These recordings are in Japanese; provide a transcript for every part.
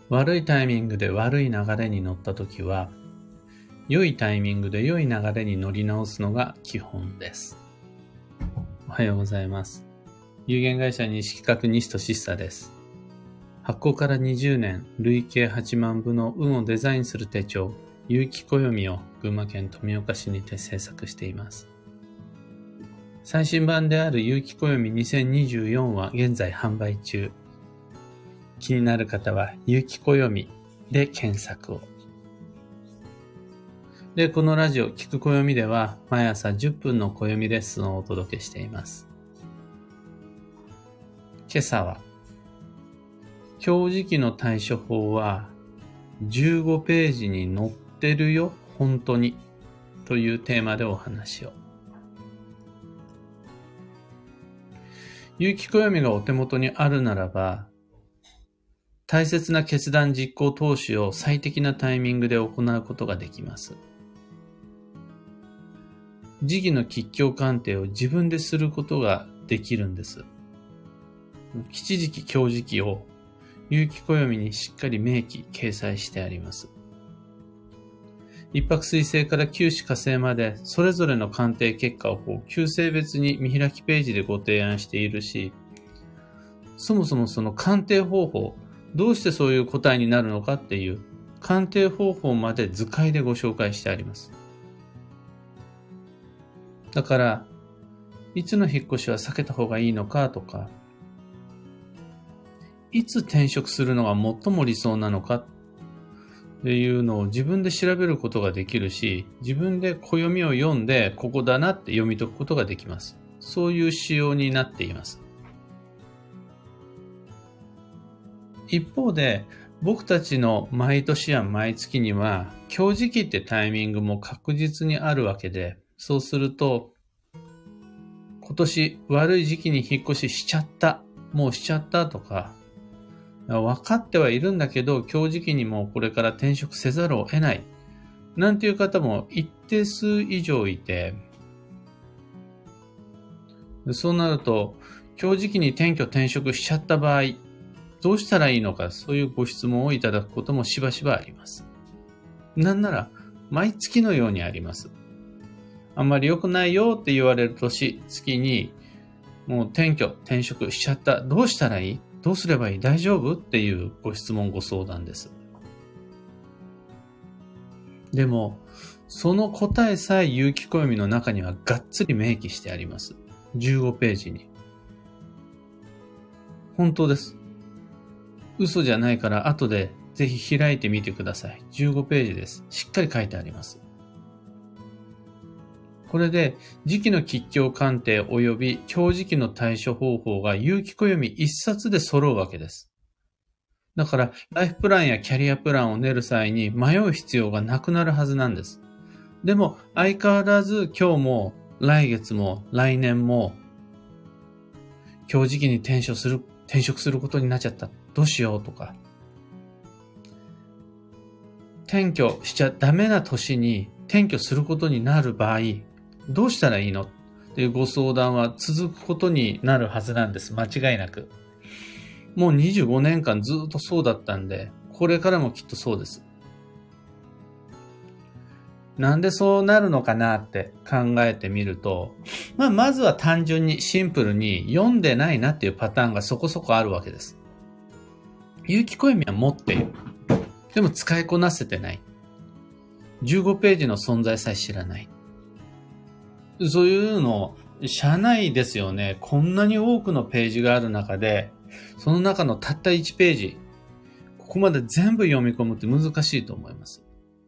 悪いタイミングで悪い流れに乗ったときは、良いタイミングで良い流れに乗り直すのが基本です。おはようございます。有限会社西企画西俊久です。発行から20年、累計8万部の運をデザインする手帳、有機暦を群馬県富岡市にて制作しています。最新版である有機暦2024は現在販売中。気になる方は有機暦で検索を。で、このラジオ聞く暦では毎朝10分の暦レッスンをお届けしています。今朝は今日時期の対処法は15ページに載ってるよ本当にというテーマでお話を。有機暦がお手元にあるならば大切な決断実行投資を最適なタイミングで行うことができます。時期の吉凶鑑定を自分ですることができるんです。吉時期、凶時期を有機暦にしっかり明記、掲載してあります。一泊水星から九死火星までそれぞれの鑑定結果を旧星別に見開きページでご提案しているし、そもそもその鑑定方法、どうしてそういう答えになるのかっていう鑑定方法まで図解でご紹介してあります。だから、いつの引っ越しは避けた方がいいのかとか、いつ転職するのが最も理想なのかっていうのを自分で調べることができるし、自分で暦を読んでここだなって読み解くことができます。そういう仕様になっています。一方で、僕たちの毎年や毎月には、今日時期ってタイミングも確実にあるわけで、そうすると、今年悪い時期に引っ越ししちゃった、もうしちゃったとか、分かってはいるんだけど、今日時期にもこれから転職せざるを得ない、なんていう方も一定数以上いて、そうなると、今日時期に転居転職しちゃった場合、どうしたらいいのか、そういうご質問をいただくこともしばしばあります。なんなら、毎月のようにあります。あんまり良くないよって言われる月に、もう転居、転職しちゃった。どうしたらいい？どうすればいい？大丈夫？っていうご質問、ご相談です。でも、その答えさえ有機暦の中にはがっつり明記してあります。15ページに。本当です。嘘じゃないから後でぜひ開いてみてください。15ページです。しっかり書いてあります。これで時期の吉凶鑑定及び今日時期の対処方法が有機暦一冊で揃うわけです。だからライフプランやキャリアプランを練る際に迷う必要がなくなるはずなんです。でも相変わらず今日も来月も来年も今日時期に転職することになっちゃった。どうしようとか。転居しちゃダメな年に転居することになる場合、どうしたらいいのっていうご相談は続くことになるはずなんです。間違いなく。もう25年間ずっとそうだったんで、これからもきっとそうです。なんでそうなるのかなって考えてみると、まずは単純にシンプルに読んでないなっていうパターンがそこそこあるわけです。有機暦は持っている。でも使いこなせてない。15ページの存在さえ知らない。そういうの、しゃあないですよね。こんなに多くのページがある中で、その中のたった1ページ、ここまで全部読み込むって難しいと思います。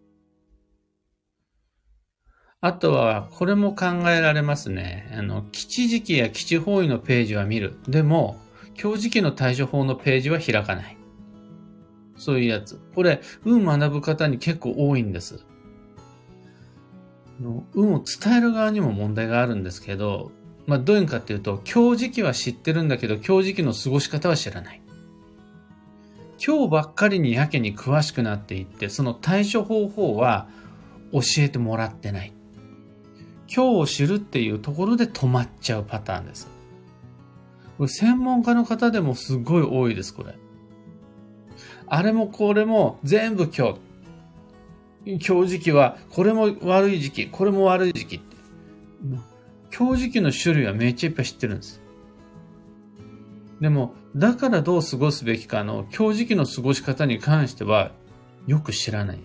あとは、これも考えられますね。吉時期や吉方位のページは見る。でも、今日時期の対処法のページは開かない。そういうやつ。これ、運学ぶ方に結構多いんです。運を伝える側にも問題があるんですけど、どういうかっていうと、今日時期は知ってるんだけど、今日時期の過ごし方は知らない。今日ばっかりにやけに詳しくなっていって、その対処方法は教えてもらってない。今日を知るっていうところで止まっちゃうパターンです。これ専門家の方でもすごい多いです、これ。 あれもこれも全部今日。今日時期は、これも悪い時期、これも悪い時期って。今日時期の種類はめっちゃいっぱい知ってるんです。でも、だからどう過ごすべきかの今日時期の過ごし方に関しては、よく知らないんです。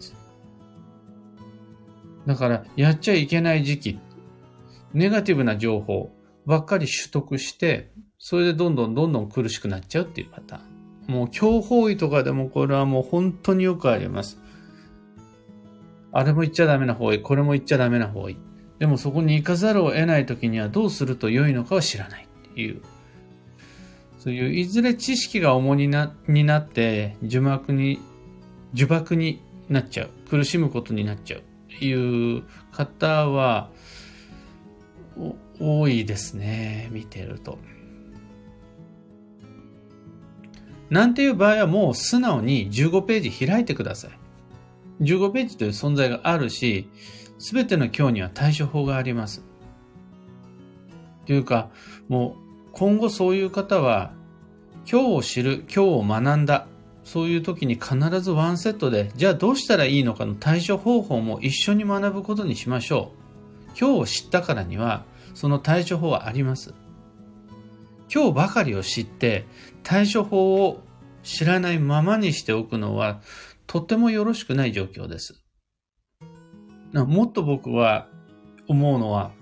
だから、やっちゃいけない時期、ネガティブな情報ばっかり取得して、それでどんどん苦しくなっちゃうっていうパターン。もう強法医とかでもこれはもう本当によくあります。あれも言っちゃダメな方がいい、これも言っちゃダメな方がいい。でもそこに行かざるを得ない時にはどうすると良いのかは知らないっていう。そういういずれ知識が重になって呪縛になっちゃう。苦しむことになっちゃうっていう方は多いですね。見てると。なんていう場合はもう素直に15ページ開いてください。15ページという存在があるし、すべての今日には対処法があります。というか、もう今後そういう方は、今日を知る、今日を学んだ、そういう時に必ずワンセットで、じゃあどうしたらいいのかの対処方法も一緒に学ぶことにしましょう。今日を知ったからには、その対処法はあります。今日ばかりを知って、対処法を知らないままにしておくのは、とてもよろしくない状況です。もっと僕は思うのは、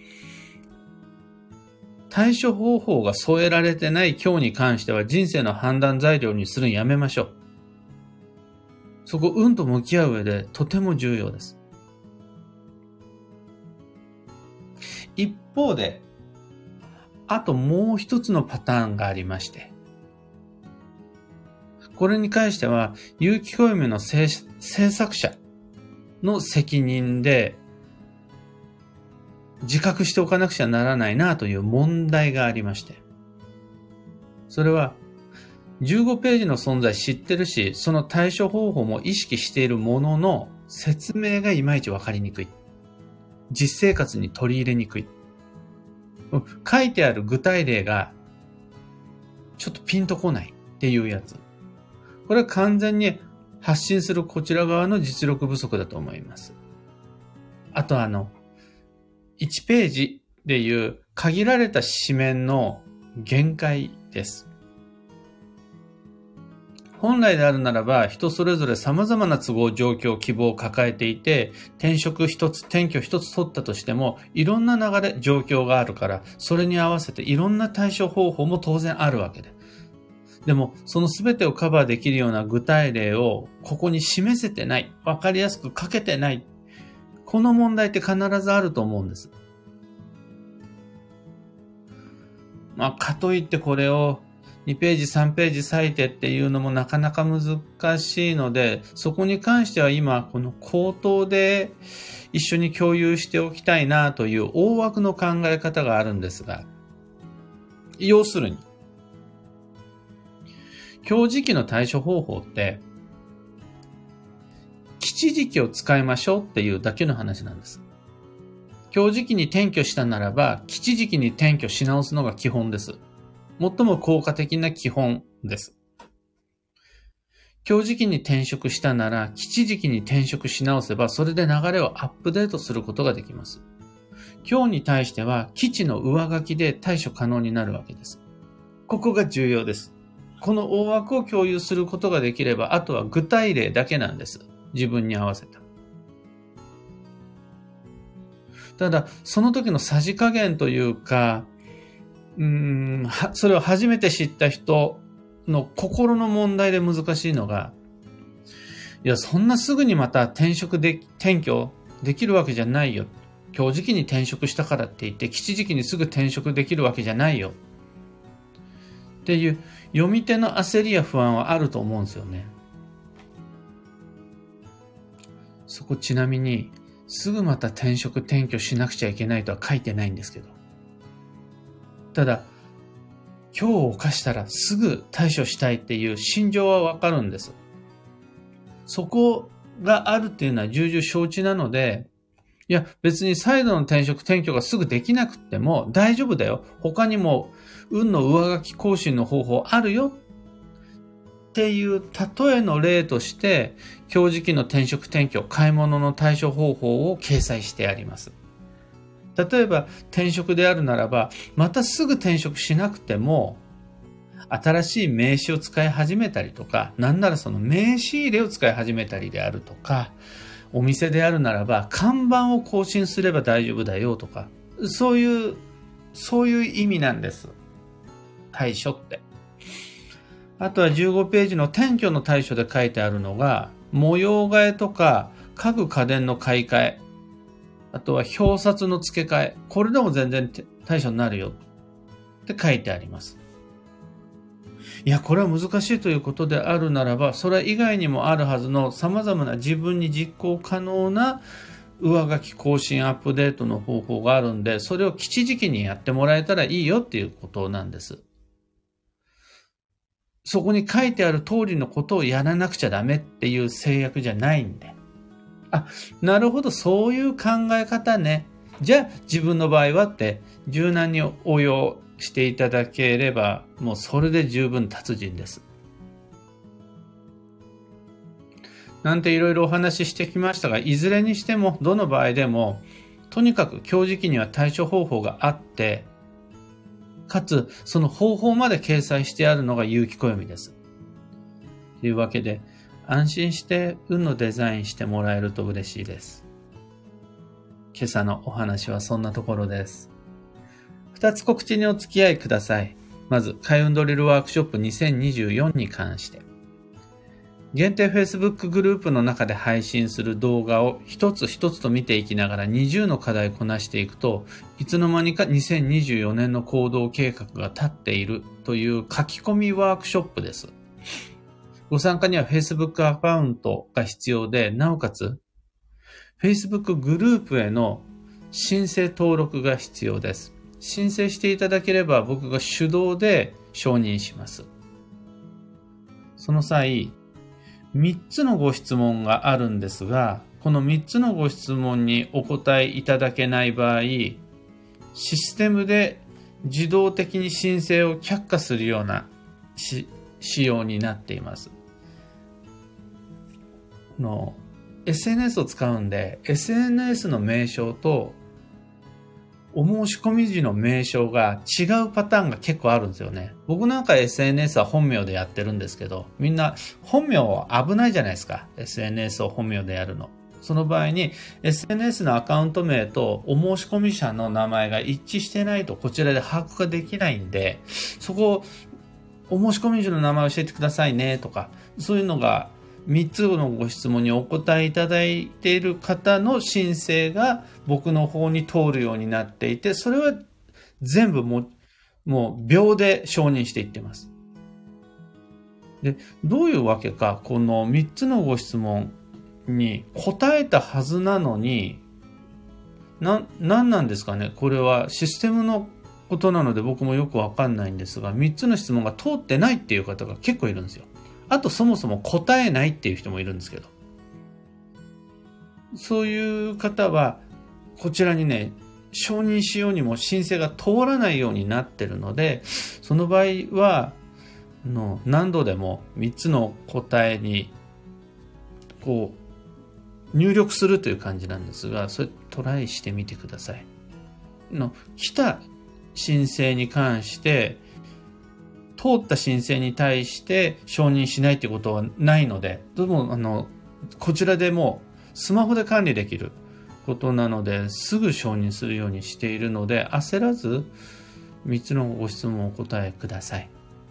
対処方法が添えられてない今日に関しては人生の判断材料にするのやめましょう。そこ、と向き合う上でとても重要です。一方で、あともう一つのパターンがありまして、これに関しては、有機暦の制作者の責任で、自覚しておかなくちゃならないなという問題がありまして。それは、15ページの存在知ってるし、その対処方法も意識しているものの、説明がいまいちわかりにくい。実生活に取り入れにくい。書いてある具体例が、ちょっとピンとこないっていうやつ。これは完全に発信するこちら側の実力不足だと思います。あと1ページでいう限られた紙面の限界です。本来であるならば人それぞれ様々な都合、状況、希望を抱えていて、転職一つ、転居一つ取ったとしても、いろんな流れ、状況があるから、それに合わせていろんな対処方法も当然あるわけで。でも、その全てをカバーできるような具体例をここに示せてない、わかりやすく書けてない。この問題って必ずあると思うんです。かといってこれを2ページ、3ページ割いてっていうのもなかなか難しいので、そこに関しては今、この口頭で一緒に共有しておきたいなという大枠の考え方があるんですが、要するに、今日時期の対処方法って、吉時期を使いましょうっていうだけの話なんです。今日時期に転居したならば、吉時期に転居し直すのが基本です。最も効果的な基本です。今日時期に転職したなら、吉時期に転職し直せば、それで流れをアップデートすることができます。今日に対しては、吉の上書きで対処可能になるわけです。ここが重要です。この大枠を共有することができれば、あとは具体例だけなんです。自分に合わせた。ただ、その時のさじ加減というか、それを初めて知った人の心の問題で難しいのが、いや、そんなすぐにまた転居できるわけじゃないよ。今日時期に転職したからって言って、吉時期にすぐ転職できるわけじゃないよ。っていう読み手の焦りや不安はあると思うんですよね。そこちなみに、すぐまた転居しなくちゃいけないとは書いてないんですけど。ただ、今日を犯したらすぐ対処したいっていう心情はわかるんです。そこがあるっていうのは重々承知なので、いや別に再度の転居がすぐできなくても大丈夫だよ。他にも運の上書き更新の方法あるよ。 っていう例えの例として、今日時期の転職転居、買い物の対処方法を掲載してあります。例えば転職であるならば、またすぐ転職しなくても、新しい名刺を使い始めたりとか、なんならその名刺入れを使い始めたりであるとか、お店であるならば看板を更新すれば大丈夫だよとか、そういう意味なんです。対処って。あとは15ページの転居の対処で書いてあるのが、模様替えとか家具家電の買い替え、あとは表札の付け替え、これでも全然対処になるよって書いてあります。いや、これは難しいということであるならば、それ以外にもあるはずの様々な自分に実行可能な上書き更新アップデートの方法があるんで、それを吉時期にやってもらえたらいいよっていうことなんです。そこに書いてある通りのことをやらなくちゃダメっていう制約じゃないんで。あ、なるほど、そういう考え方ね。じゃあ自分の場合はって柔軟に応用していただければ、もうそれで十分達人です。なんていろいろお話ししてきましたが、いずれにしてもどの場合でも、とにかく今日時期には対処方法があって、かつその方法まで掲載してあるのが有機暦です。というわけで、安心して運のデザインしてもらえると嬉しいです。今朝のお話はそんなところです。2つ告知にお付き合いください。まず、開運ドリルワークショップ2024に関して。限定 Facebook グループの中で配信する動画を一つ一つと見ていきながら20の課題をこなしていくと、いつの間にか2024年の行動計画が立っているという書き込みワークショップです。ご参加には Facebook アカウントが必要で、なおかつ Facebook グループへの申請登録が必要です。申請していただければ僕が手動で承認します。その際、3つのご質問があるんですが、この3つのご質問にお答えいただけない場合、システムで自動的に申請を却下するような仕様になっています。SNS を使うんで、SNS の名称とお申し込み時の名称が違うパターンが結構あるんですよね。僕なんか SNS は本名でやってるんですけど、みんな本名は危ないじゃないですか。SNS を本名でやるの。その場合に SNS のアカウント名とお申し込み者の名前が一致してないとこちらで把握ができないんで、そこお申し込み時の名前を教えてくださいねとか、そういうのが3つのご質問にお答えいただいている方の申請が僕の方に通るようになっていて、それは全部もう秒で承認していってます。で、どういうわけか、この3つのご質問に答えたはずなのに、何なんですかね。これはシステムのことなので僕もよくわかんないんですが、3つの質問が通ってないっていう方が結構いるんですよ。あとそもそも答えないっていう人もいるんですけど。そういう方は、こちらにね、承認しようにも申請が通らないようになってるので、その場合は、何度でも3つの答えに、入力するという感じなんですが、それトライしてみてください。来た申請に関して、通った申請に対して承認しないということはないので、どうもこちらでもスマホで管理できることなので、すぐ承認するようにしているので、焦らず3つのご質問をお答えください。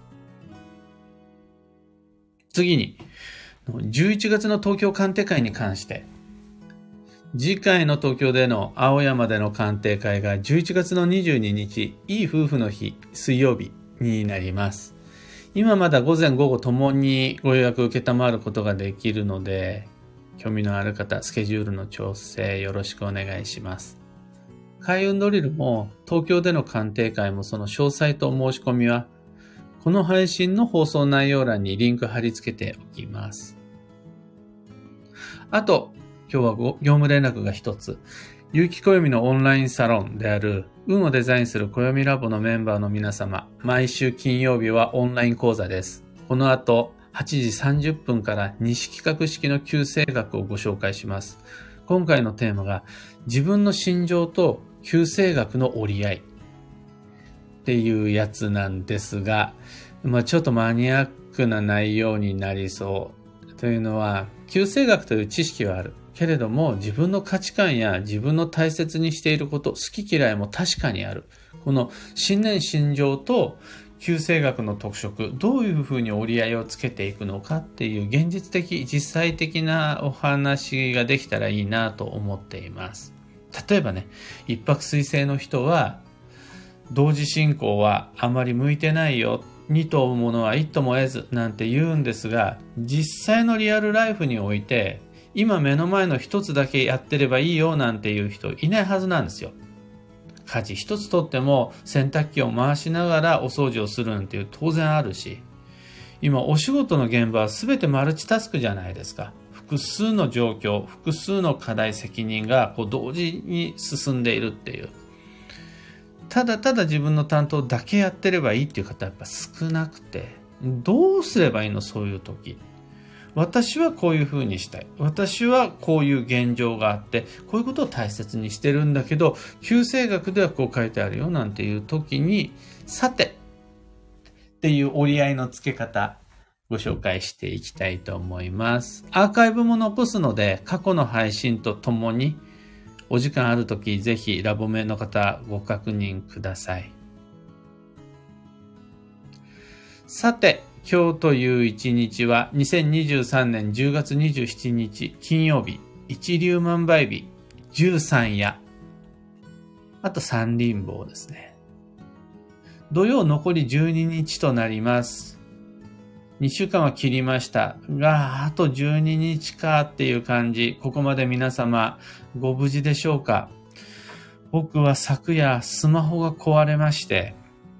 次に、11月の東京鑑定会に関して、次回の東京での青山での鑑定会が11月の22日、いい夫婦の日、水曜日になります。今まだ午前午後ともにご予約受けたまることができるので、興味のある方、スケジュールの調整よろしくお願いします。開運ドリルも東京での鑑定会もその詳細と申し込みは、この配信の放送内容欄にリンク貼り付けておきます。あと、今日は業務連絡が一つ。有機暦のオンラインサロンである運をデザインする暦ラボのメンバーの皆様、毎週金曜日はオンライン講座です。この後 8時30分から西企画式の旧世学をご紹介します。今回のテーマが自分の心情と旧世学の折り合いっていうやつなんですが、ちょっとマニアックな内容になりそう。というのは、旧世学という知識はある。けれども、自分の価値観や自分の大切にしていること、好き嫌いも確かにある。この心念心情と旧世学の特色、どういうふうに折り合いをつけていくのかっていう現実的、実際的なお話ができたらいいなと思っています。例えばね、一泊水星の人は、同時進行はあまり向いてないよ。二と追うものは一とも得ずなんて言うんですが、実際のリアルライフにおいて、今目の前の一つだけやってればいいよなんていう人いないはずなんですよ。家事一つとっても洗濯機を回しながらお掃除をするなんていう当然あるし、今お仕事の現場は全てマルチタスクじゃないですか。複数の状況、複数の課題責任が同時に進んでいるっていう。ただただ自分の担当だけやってればいいっていう方はやっぱ少なくて、どうすればいいのそういう時。私はこういう風にしたい。私はこういう現状があって、こういうことを大切にしてるんだけど、旧世学ではこう書いてあるよなんていう時に、さてっていう折り合いのつけ方、ご紹介していきたいと思います。アーカイブも残すので、過去の配信とともに、お時間あるとき、ぜひラボ名の方ご確認ください。さて、今日という一日は2023年10月27日金曜日、一粒万倍日、13夜、あと三輪棒ですね。土曜残り12日となります。2週間は切りましたが、あと12日かっていう感じ。ここまで皆様ご無事でしょうか？僕は昨夜スマホが壊れまして、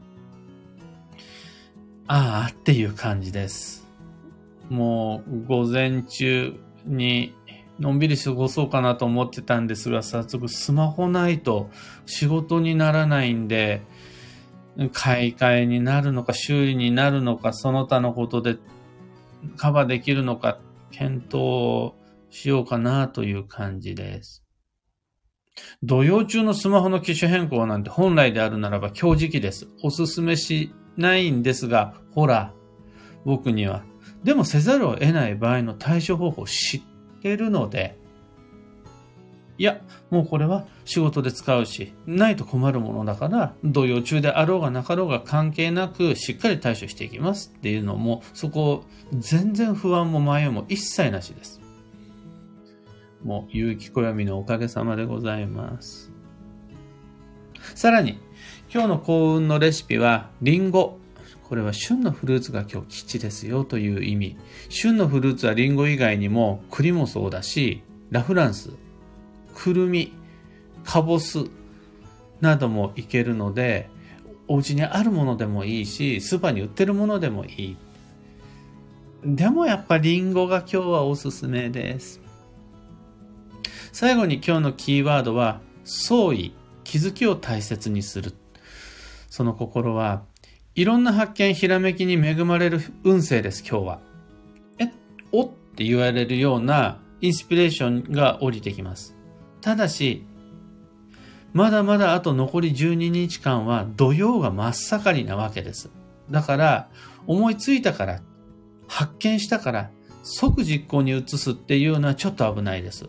ああっていう感じです。もう午前中にのんびり過ごそうかなと思ってたんですが、早速スマホないと仕事にならないんで、買い替えになるのか修理になるのかその他のことでカバーできるのか検討しようかなという感じです。土曜中のスマホの機種変更なんて本来であるならば今日時期です。おすすめしないんですが、ほら、僕には。でもせざるを得ない場合の対処方法を知ってるので、いや、もうこれは仕事で使うし、ないと困るものだから、土曜中であろうがなかろうが関係なく、しっかり対処していきますっていうのも、そこ、全然不安も迷いも一切なしです。もう、有機暦のおかげさまでございます。さらに、今日の幸運のレシピは、リンゴ。これは旬のフルーツが今日吉ですよという意味。旬のフルーツはリンゴ以外にも、栗もそうだし、ラフランス、くるみ、かぼすなどもいけるので、お家にあるものでもいいし、スーパーに売ってるものでもいい。でもやっぱリンゴが今日はおすすめです。最後に今日のキーワードは、創意、気づきを大切にする。その心は、いろんな発見、ひらめきに恵まれる運勢です、今日は。おって言われるようなインスピレーションが降りてきます。ただし、まだまだあと残り12日間は土曜が真っ盛りなわけです。だから、思いついたから、発見したから、即実行に移すっていうのはちょっと危ないです。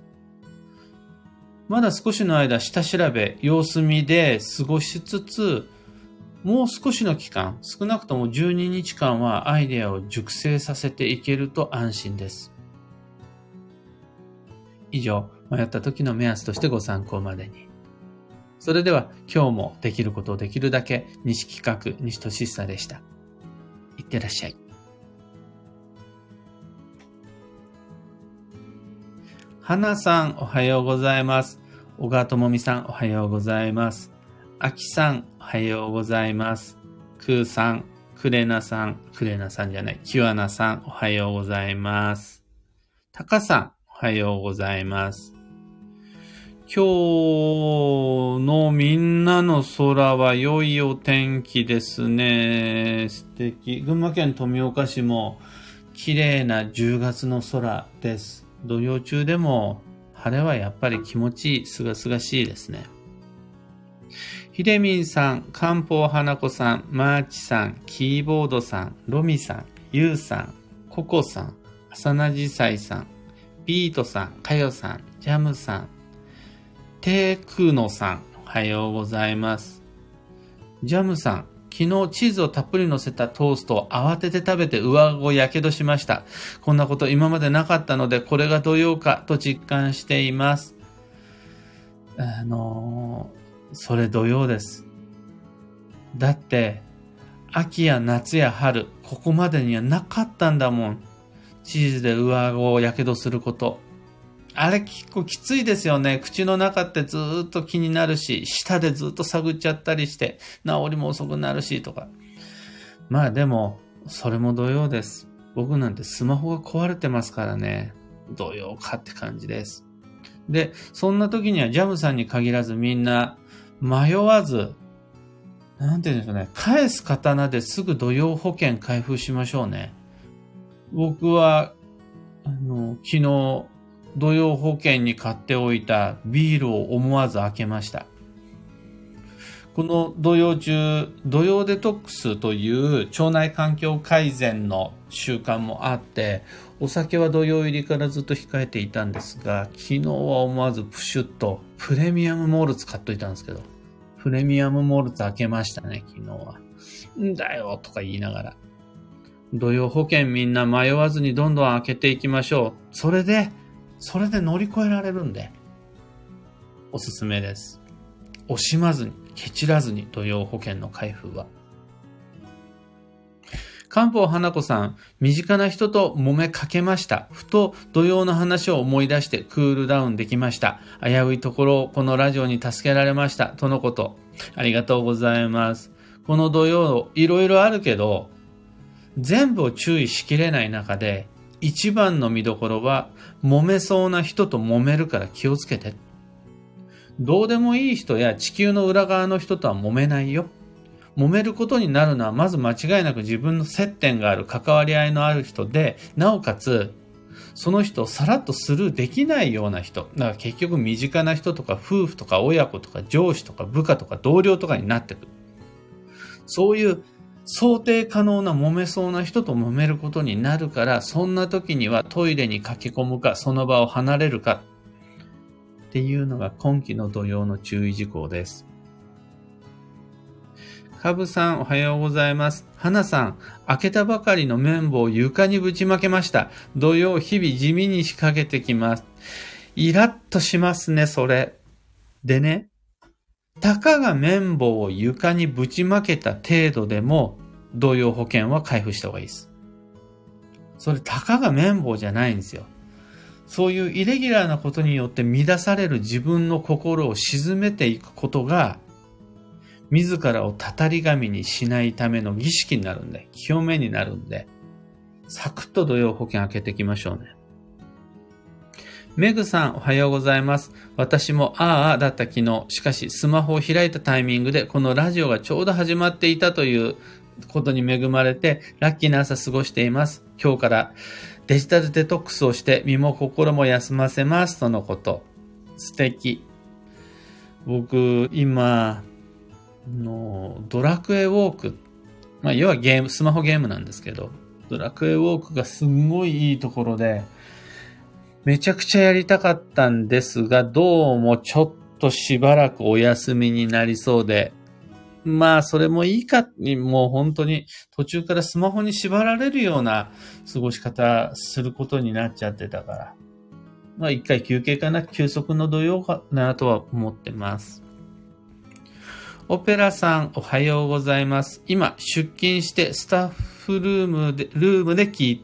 まだ少しの間、下調べ、様子見で過ごしつつ、もう少しの期間、少なくとも12日間はアイデアを熟成させていけると安心です。以上、迷った時の目安としてご参考までに。それでは今日もできることをできるだけ、西企画、西俊久でした。いってらっしゃい。花さん、おはようございます。小川智美さん、おはようございます。あきさん、おはようございます。くーさん、くれなさんじゃない、きわなさん、おはようございます。たかさん、おはようございます。今日のみんなの空は良いお天気ですね。素敵。群馬県富岡市も綺麗な10月の空です。土曜中でも晴れはやっぱり気持ちいい、すがすがしいですね。ひでみんさん、かんぽうはなこさん、マーチさん、キーボードさん、ロミさん、ゆうさん、ココさん、あさなじさいさん、ビートさん、かよさん、ジャムさん、テクノさん、おはようございます。ジャムさん、昨日チーズをたっぷり乗せたトーストを慌てて食べて上顎をやけどしました。こんなこと今までなかったので、これが土曜かと実感しています。それ土曜です。だって、秋や夏や春、ここまでにはなかったんだもん。チーズで上顎をやけどすること。あれ結構きついですよね。口の中ってずーっと気になるし、舌でずっと探っちゃったりして、治りも遅くなるしとか。まあでも、それも土曜です。僕なんてスマホが壊れてますからね。土曜かって感じです。で、そんな時にはジャムさんに限らずみんな迷わず、なんて言うんでしょうね。返す刀ですぐ土曜保険開封しましょうね。僕は、昨日、土曜保険に買っておいたビールを思わず開けました。この土曜中、土曜デトックスという腸内環境改善の習慣もあって、お酒は土曜入りからずっと控えていたんですが、昨日は思わずプシュッとプレミアムモールツ買っといたんですけど、プレミアムモルツ開けましたね、昨日は。んだよとか言いながら。土曜保険みんな迷わずにどんどん開けていきましょう。それで乗り越えられるんで、おすすめです。惜しまずに、ケチらずに土曜保険の開封は。かんぽうはなこさん、身近な人と揉めかけました。ふと土曜の話を思い出してクールダウンできました。危ういところをこのラジオに助けられました。とのこと。ありがとうございます。この土曜、いろいろあるけど、全部を注意しきれない中で、一番の見どころは、揉めそうな人と揉めるから気をつけて。どうでもいい人や地球の裏側の人とは揉めないよ。揉めることになるのはまず間違いなく自分の接点がある、関わり合いのある人で、なおかつ、その人をさらっとスルーできないような人。だから結局身近な人とか夫婦とか親子とか上司とか部下とか同僚とかになってくる。そういう想定可能な揉めそうな人と揉めることになるから、そんな時にはトイレに駆け込むか、その場を離れるかっていうのが今期の土曜の注意事項です。かぶさんおはようございます。はなさん、開けたばかりの綿棒を床にぶちまけました。土曜日々地味に仕掛けてきます。イラッとしますね、それ。でね、たかが綿棒を床にぶちまけた程度でも、土曜保険は開封した方がいいです。それたかが綿棒じゃないんですよ。そういうイレギュラーなことによって乱される自分の心を鎮めていくことが、自らをたたり神にしないための儀式になるんで、清めになるんで、サクッと土曜保険開けていきましょうね。メグさんおはようございます。私もだった昨日、しかしスマホを開いたタイミングでこのラジオがちょうど始まっていたということに恵まれてラッキーな朝過ごしています。今日からデジタルデトックスをして身も心も休ませますとのこと。素敵。僕今ドラクエウォーク、要はスマホゲームなんですけど、ドラクエウォークがすんごいいいところで、めちゃくちゃやりたかったんですが、どうもちょっとしばらくお休みになりそうで、それもいいかに、もう本当に途中からスマホに縛られるような過ごし方することになっちゃってたから、一回休憩かな、休息の土曜かなとは思ってます。オペラさんおはようございます。今出勤してスタッフルームで聞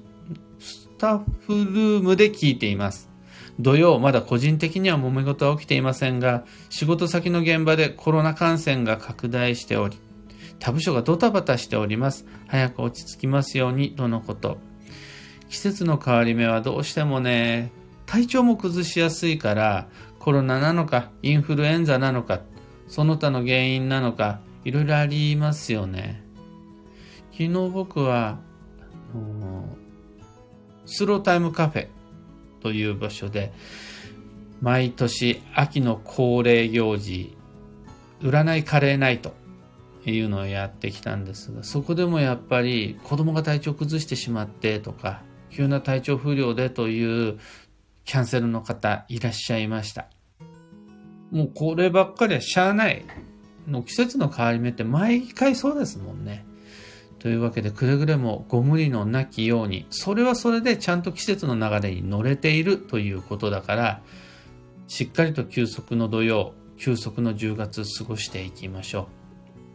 いています。土曜まだ個人的には揉め事は起きていませんが、仕事先の現場でコロナ感染が拡大しており、他部署がドタバタしております。早く落ち着きますようにとのこと。季節の変わり目はどうしてもね、体調も崩しやすいから、コロナなのかインフルエンザなのか、その他の原因なのか、いろいろありますよね。昨日僕は、 スロータイムカフェという場所で、毎年秋の恒例行事、占いカレーナイトというのをやってきたんですが、そこでもやっぱり子供が体調崩してしまってとか、急な体調不良でというキャンセルの方いらっしゃいました。もうこればっかりはしゃあない。の季節の変わり目って毎回そうですもんね。というわけでくれぐれもご無理のなきように、それはそれでちゃんと季節の流れに乗れているということだから、しっかりと休息の土曜、休息の10月過ごしていきましょ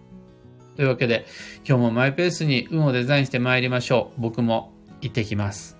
う。というわけで今日もマイペースに運をデザインしてまいりましょう。僕も行ってきます。